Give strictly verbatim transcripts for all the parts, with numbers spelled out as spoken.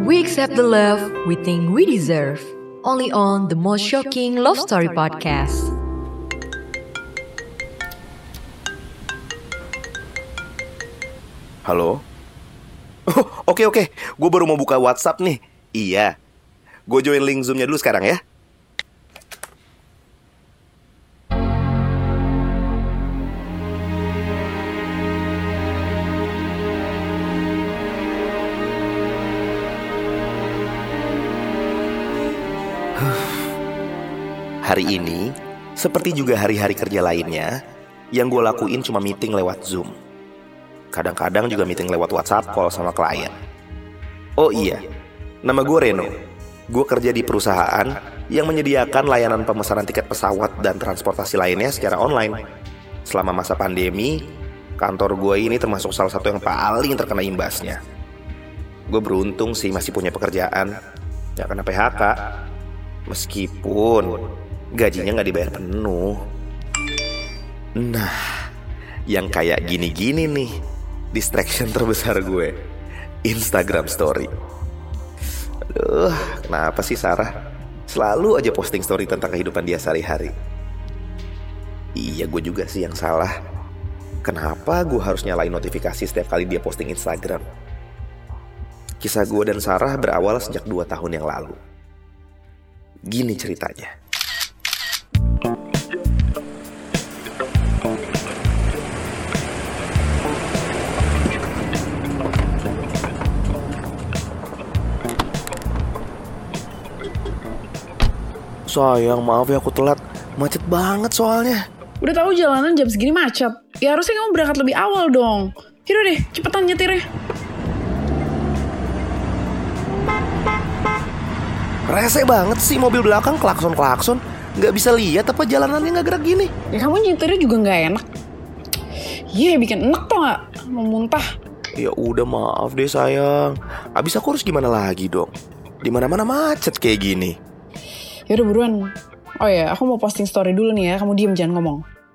We accept the love we think we deserve. Only on the most shocking love story podcast. Halo? Oh, oke oke, gue baru mau buka WhatsApp nih. Iya, gue join link Zoom-nya dulu sekarang ya. Hari ini, seperti juga hari-hari kerja lainnya, yang gue lakuin cuma meeting lewat Zoom. Kadang-kadang juga meeting lewat WhatsApp call sama klien. Oh iya, nama gue Reno. Gue kerja di perusahaan yang menyediakan layanan pemesanan tiket pesawat dan transportasi lainnya secara online. Selama masa pandemi, kantor gue ini termasuk salah satu yang paling terkena imbasnya. Gue beruntung sih masih punya pekerjaan, gak kena P H K. Meskipun gajinya gak dibayar penuh. Nah, yang kayak gini-gini nih, distraction terbesar gue, Instagram story. Aduh, kenapa sih Sarah selalu aja posting story tentang kehidupan dia sehari-hari? Iya, gue juga sih yang salah. Kenapa gue harus nyalain notifikasi setiap kali dia posting Instagram? Kisah gue dan Sarah berawal sejak dua tahun yang lalu. Gini ceritanya. Sayang, maaf ya aku telat. Macet banget soalnya. Udah tahu jalanan jam segini macet. Ya harusnya kamu berangkat lebih awal dong. Yaudah deh, cepetan nyetirnya. Rese banget sih mobil belakang klakson-klakson. Gak bisa lihat apa jalanannya gak gerak gini. Ya kamu nyetirnya juga gak enak. Iya, yeah, bikin enak tau gak? Mau muntah. Ya udah, maaf deh sayang. Abis aku harus gimana lagi dong? Dimana-mana macet kayak gini. Yaudah buruan. Oh ya, aku mau posting story dulu nih ya. Kamu diem, jangan ngomong.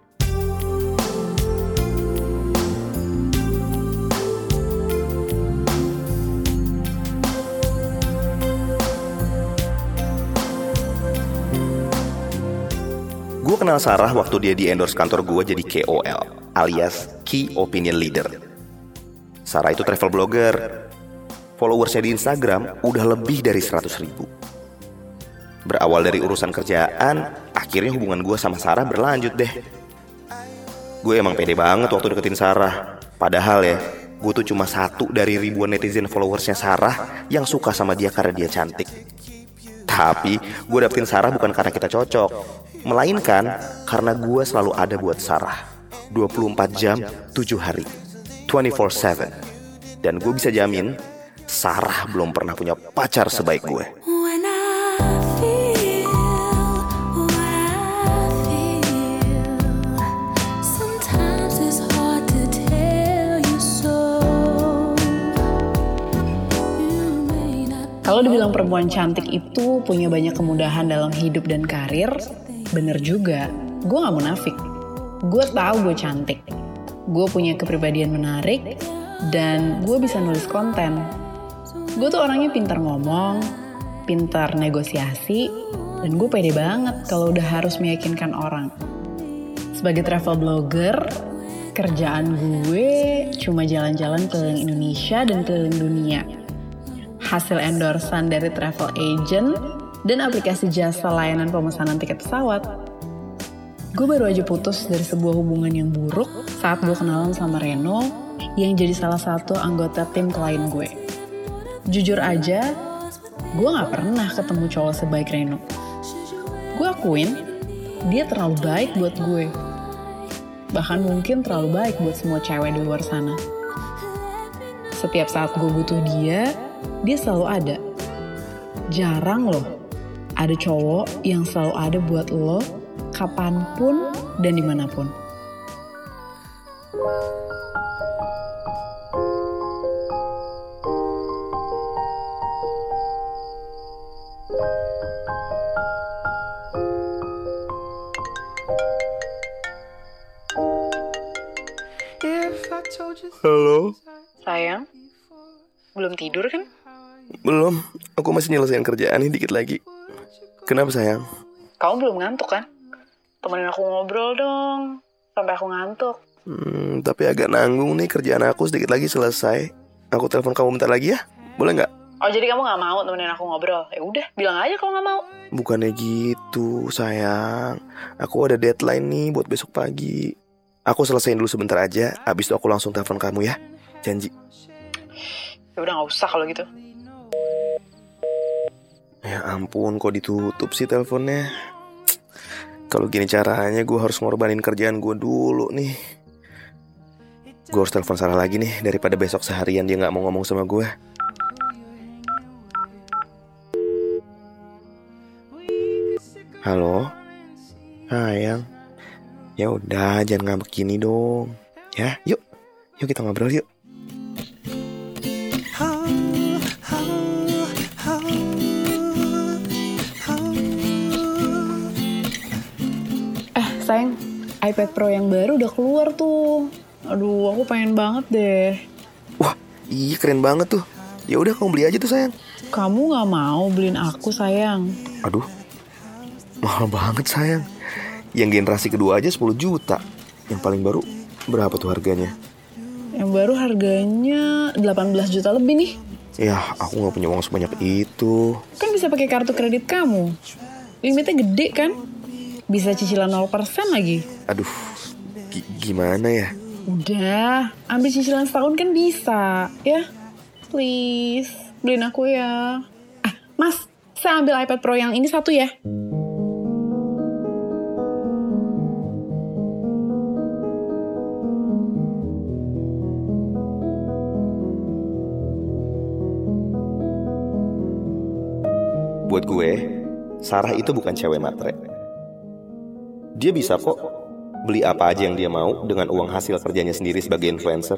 Gue kenal Sarah waktu dia di endorse kantor gue jadi K O L, alias Key Opinion Leader. Sarah itu travel blogger. Followersnya di Instagram udah lebih dari seratus ribu. Berawal dari urusan kerjaan, akhirnya hubungan gue sama Sarah berlanjut deh. Gue emang pede banget waktu deketin Sarah. Padahal ya, gue tuh cuma satu dari ribuan netizen followersnya Sarah yang suka sama dia karena dia cantik. Tapi gue dapetin Sarah bukan karena kita cocok, melainkan karena gue selalu ada buat Sarah dua puluh empat jam, tujuh hari, dua puluh empat tujuh. Dan gue bisa jamin Sarah belum pernah punya pacar sebaik gue. Kalau dibilang perempuan cantik itu punya banyak kemudahan dalam hidup dan karir, bener juga. Gue gak munafik. Gue tahu gue cantik. Gue punya kepribadian menarik, dan gue bisa nulis konten. Gue tuh orangnya pintar ngomong, pintar negosiasi, dan gue pede banget kalau udah harus meyakinkan orang. Sebagai travel blogger, kerjaan gue cuma jalan-jalan keliling Indonesia dan keliling dunia. Hasil endorsan dari travel agent dan aplikasi jasa layanan pemesanan tiket pesawat. Gue baru aja putus dari sebuah hubungan yang buruk saat gue kenalan sama Reno yang jadi salah satu anggota tim klien gue. Jujur aja, gue gak pernah ketemu cowok sebaik Reno. Gue akuin, dia terlalu baik buat gue. Bahkan mungkin terlalu baik buat semua cewek di luar sana. Setiap saat gue butuh dia, dia selalu ada. Jarang loh ada cowok yang selalu ada buat lo kapanpun dan dimanapun. Halo? Sayang, belum tidur kan? Belum, aku masih nyelesain kerjaan nih dikit lagi. Kenapa sayang? Kamu belum ngantuk kan? Temenin aku ngobrol dong, sampai aku ngantuk. Hmm, tapi agak nanggung nih, kerjaan aku sedikit lagi selesai. Aku telepon kamu bentar lagi ya, boleh nggak? Oh, jadi kamu nggak mau temenin aku ngobrol? Ya udah, bilang aja kalau nggak mau. Bukannya gitu sayang, aku ada deadline nih buat besok pagi. Aku selesaiin dulu sebentar aja, abis itu aku langsung telepon kamu ya, janji. Ya udah, nggak usah kalau gitu. Ya ampun, kok ditutup sih teleponnya. Kalau gini caranya gue harus ngorbanin kerjaan gue dulu nih. Gue harus telepon Sarah lagi nih, daripada besok seharian dia gak mau ngomong sama gue. Halo, sayang. Ya udah, jangan ngambek gini dong. Ya, yuk, yuk kita ngobrol yuk. Eh, sayang, iPad Pro yang baru udah keluar tuh. Aduh, aku pengen banget deh. Wah, iya keren banget tuh. Ya udah kamu beli aja tuh sayang. Kamu nggak mau beliin aku sayang? Aduh, mahal banget sayang. Yang generasi kedua aja sepuluh juta. Yang paling baru berapa tuh harganya? Yang baru harganya delapan belas juta lebih nih. Ya, aku gak punya uang sebanyak itu. Kan bisa pakai kartu kredit kamu. Limitnya gede kan? Bisa cicilan nol persen lagi. Aduh, g- gimana ya? Udah, ambil cicilan setahun kan bisa, ya? Please, beliin aku ya. Ah, Mas, saya ambil iPad Pro yang ini satu ya. Buat gue, Sarah itu bukan cewek matre. Dia bisa kok beli apa aja yang dia mau dengan uang hasil kerjanya sendiri sebagai influencer.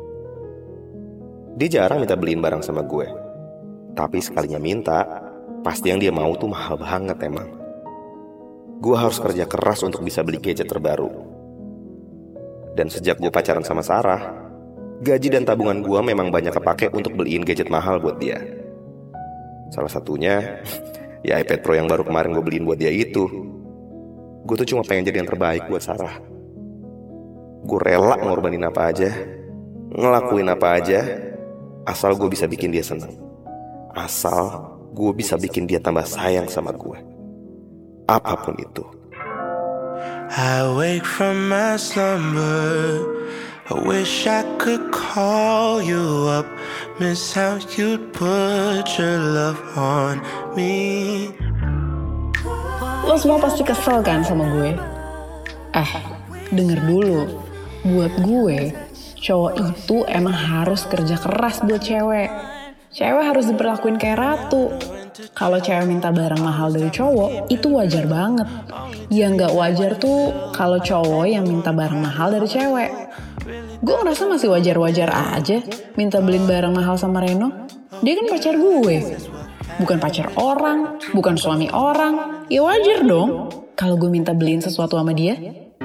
Dia jarang minta beliin barang sama gue. Tapi sekalinya minta, pasti yang dia mau tuh mahal banget emang. Gue harus kerja keras untuk bisa beli gadget terbaru. Dan sejak gue pacaran sama Sarah, gaji dan tabungan gue memang banyak kepake untuk beliin gadget mahal buat dia. Salah satunya, ya iPad Pro yang baru kemarin gue beliin buat dia itu. Gue tuh cuma pengen jadi yang terbaik buat Sarah. Gue rela ngorbanin apa aja, ngelakuin apa aja, asal gue bisa bikin dia senang. Asal gue bisa bikin dia tambah sayang sama gue. Apapun itu. I wake from my slumber, I wish I could call you up, miss how you'd put your love on me. Lo semua pasti kesel kan sama gue? Eh, denger dulu. Buat gue, cowok itu emang harus kerja keras buat cewek. Cewek harus diperlakuin kayak ratu. Kalau cewek minta barang mahal dari cowok, itu wajar banget. Yang gak wajar tuh kalau cowok yang minta barang mahal dari cewek. Gue ngerasa masih wajar-wajar aja minta beliin barang mahal sama Reno. Dia kan pacar gue. Bukan pacar orang, bukan suami orang. Ya wajar dong kalau gue minta beliin sesuatu sama dia.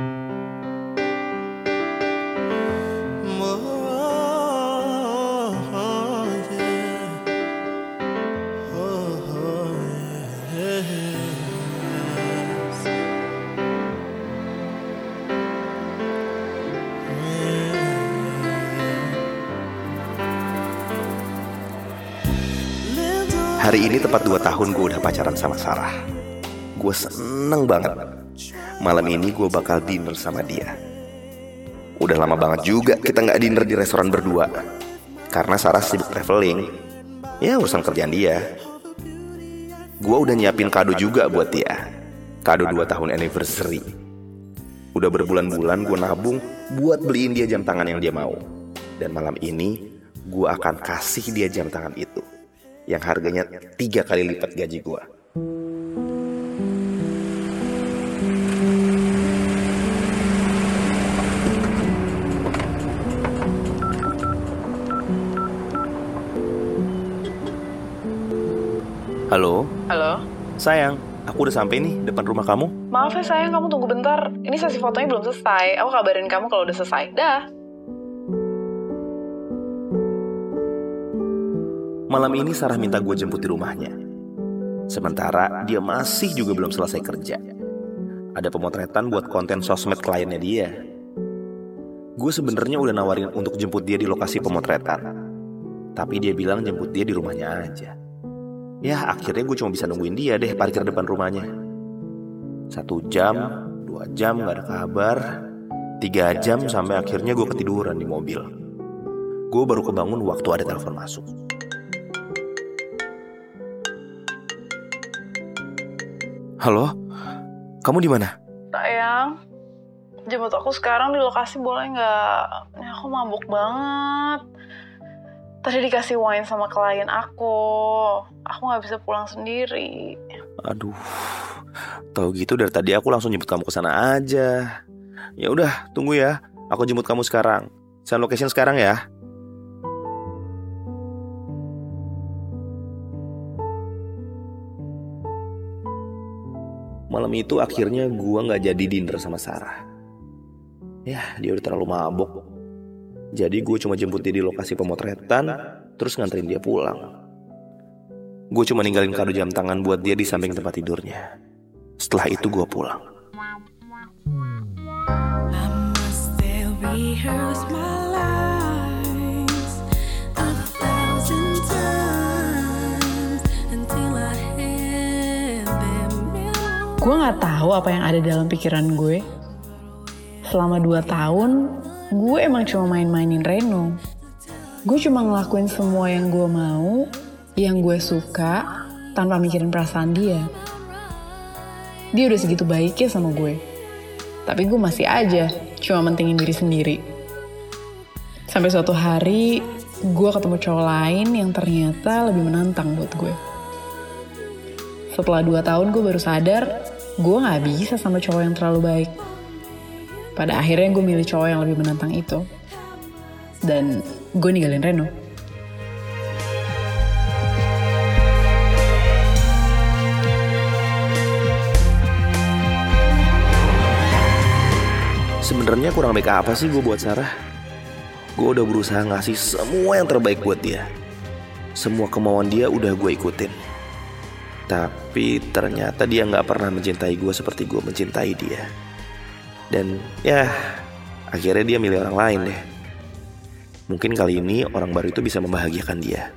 Hari ini tepat dua tahun gue udah pacaran sama Sarah. Gue seneng banget. Malam ini gue bakal dinner sama dia. Udah lama banget juga kita gak dinner di restoran berdua. Karena Sarah sibuk traveling. Ya urusan kerjaan dia. Gue udah nyiapin kado juga buat dia. Kado dua tahun anniversary. Udah berbulan-bulan gue nabung buat beliin dia jam tangan yang dia mau. Dan malam ini gue akan kasih dia jam tangan itu, yang harganya tiga kali lipat gaji gue. Halo? Halo? Sayang, aku udah sampai nih depan rumah kamu. Maaf ya sayang, kamu tunggu bentar. Ini sesi fotonya belum selesai. Aku kabarin kamu kalau udah selesai. Dah. Malam ini Sarah minta gue jemput di rumahnya. Sementara dia masih juga belum selesai kerja. Ada pemotretan buat konten sosmed kliennya dia. Gue sebenarnya udah nawarin untuk jemput dia di lokasi pemotretan, tapi dia bilang jemput dia di rumahnya aja. Ya akhirnya gue cuma bisa nungguin dia deh parkir depan rumahnya. Satu jam, dua jam gak ada kabar. Tiga jam sampai akhirnya gue ketiduran di mobil. Gue baru kebangun waktu ada telepon masuk. Halo, kamu di mana? Sayang, jemput aku sekarang di lokasi boleh nggak? Ya, aku mabuk banget. Tadi dikasih wine sama klien aku. Aku nggak bisa pulang sendiri. Aduh, tahu gitu dari tadi aku langsung jemput kamu ke sana aja. Ya udah, tunggu ya. Aku jemput kamu sekarang. Send location sekarang ya. Malam itu akhirnya gue gak jadi dinner sama Sarah. Ya dia udah terlalu mabok. Jadi gue cuma jemput dia di lokasi pemotretan, terus nganterin dia pulang. Gue cuma ninggalin kado jam tangan buat dia di samping tempat tidurnya. Setelah itu gue pulang. Gue gak tahu apa yang ada dalam pikiran gue. Selama dua tahun, gue emang cuma main-mainin Reno. Gue cuma ngelakuin semua yang gue mau, yang gue suka, tanpa mikirin perasaan dia. Dia udah segitu baiknya sama gue. Tapi gue masih aja cuma mentingin diri sendiri. Sampai suatu hari, gue ketemu cowok lain yang ternyata lebih menantang buat gue. Setelah dua tahun gue baru sadar, gue gak bisa sama cowok yang terlalu baik. Pada akhirnya gue milih cowok yang lebih menantang itu. Dan gue ninggalin Reno. Sebenarnya kurang baik apa sih gue buat Sarah? Gue udah berusaha ngasih semua yang terbaik buat dia. Semua kemauan dia udah gue ikutin. Tapi ternyata dia gak pernah mencintai gue seperti gue mencintai dia. Dan ya akhirnya dia milih orang lain deh. Mungkin kali ini orang baru itu bisa membahagiakan dia.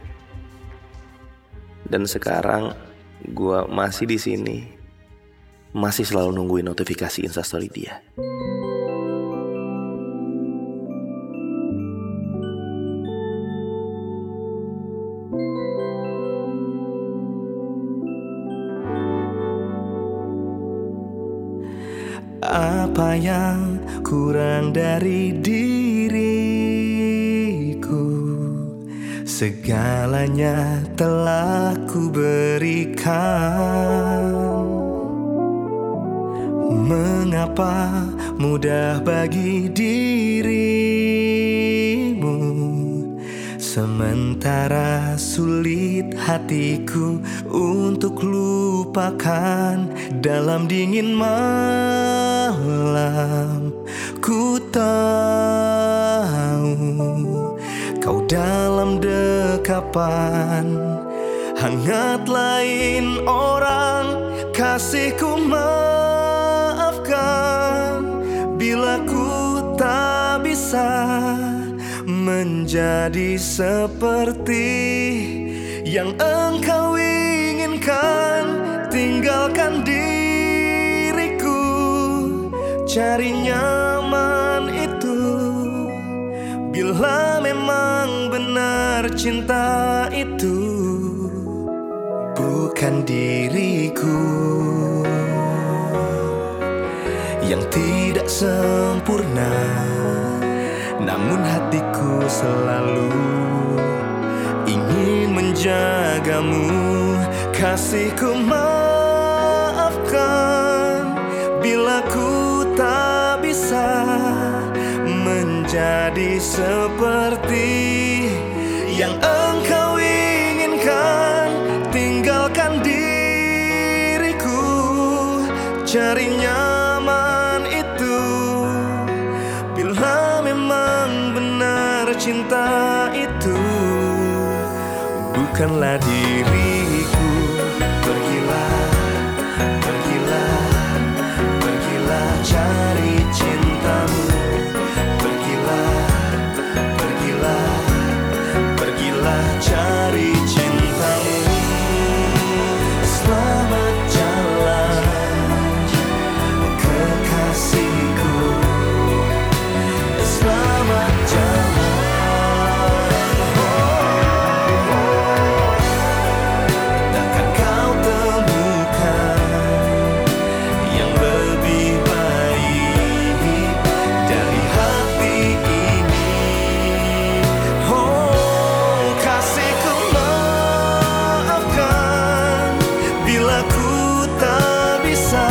Dan sekarang gue masih di sini, masih selalu nungguin notifikasi Instastory dia. Apa yang kurang dari diriku? Segalanya telah ku berikan. Mengapa mudah bagi dirimu, sementara sulit hatiku untuk lupakan. Dalam dingin malam ku tahu kau dalam dekapan. Hangat lain orang, kasihku maafkan bila ku tak bisa menjadi seperti yang engkau inginkan. Tinggalkan diriku, cari nyaman itu. Bila memang benar cinta itu bukan diriku yang tidak sempurna, namun hatiku selalu ingin menjagamu. Kasihku maafkan bila ku tak bisa menjadi seperti yang engkau inginkan. Tinggalkan diriku, cari nyaman itu. Bila memang benar cinta itu bukanlah diriku. Pergilah, pergilah, pergilah cari cintamu. Pergilah, pergilah, pergilah cari cintamu. Selamat jalan kekasihku, selamat jalan. Takkan kau temukan yang lebih baik dari hati ini. Oh kasihku, maafkan bila ku tak bisa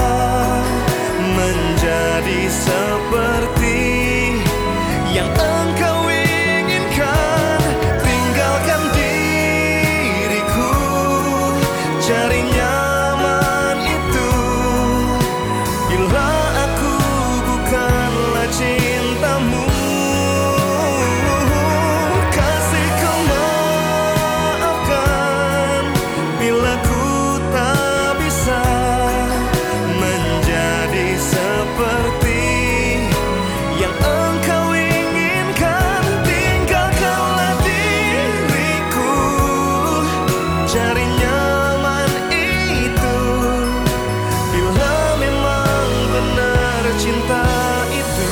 menjadi seperti yang engkau inginkan. Tinggalkan diriku, cari nyaman itu. Bila aku bukanlah cintamu. Kasihku, maafkan bila ku tak bisa menjadi seperti yang engkau inginkan. Tinggalkanlah diriku, cari nyaman itu. Bila memang benar cinta itu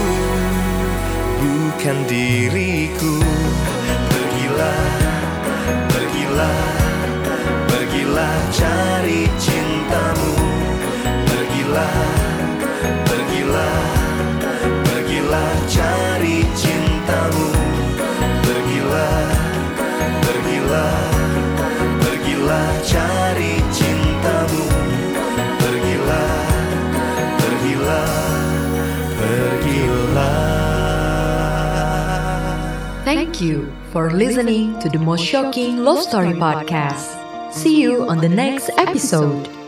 bukan diriku. Pergilah, pergilah, pergilah cari cintamu. Pergilah, pergilah, pergilah cari cintamu. Pergilah, pergilah, pergilah cari cintamu. Pergilah, pergilah, pergilah. Thank you for listening to the Most Shocking Love Story Podcast. See you on the next episode.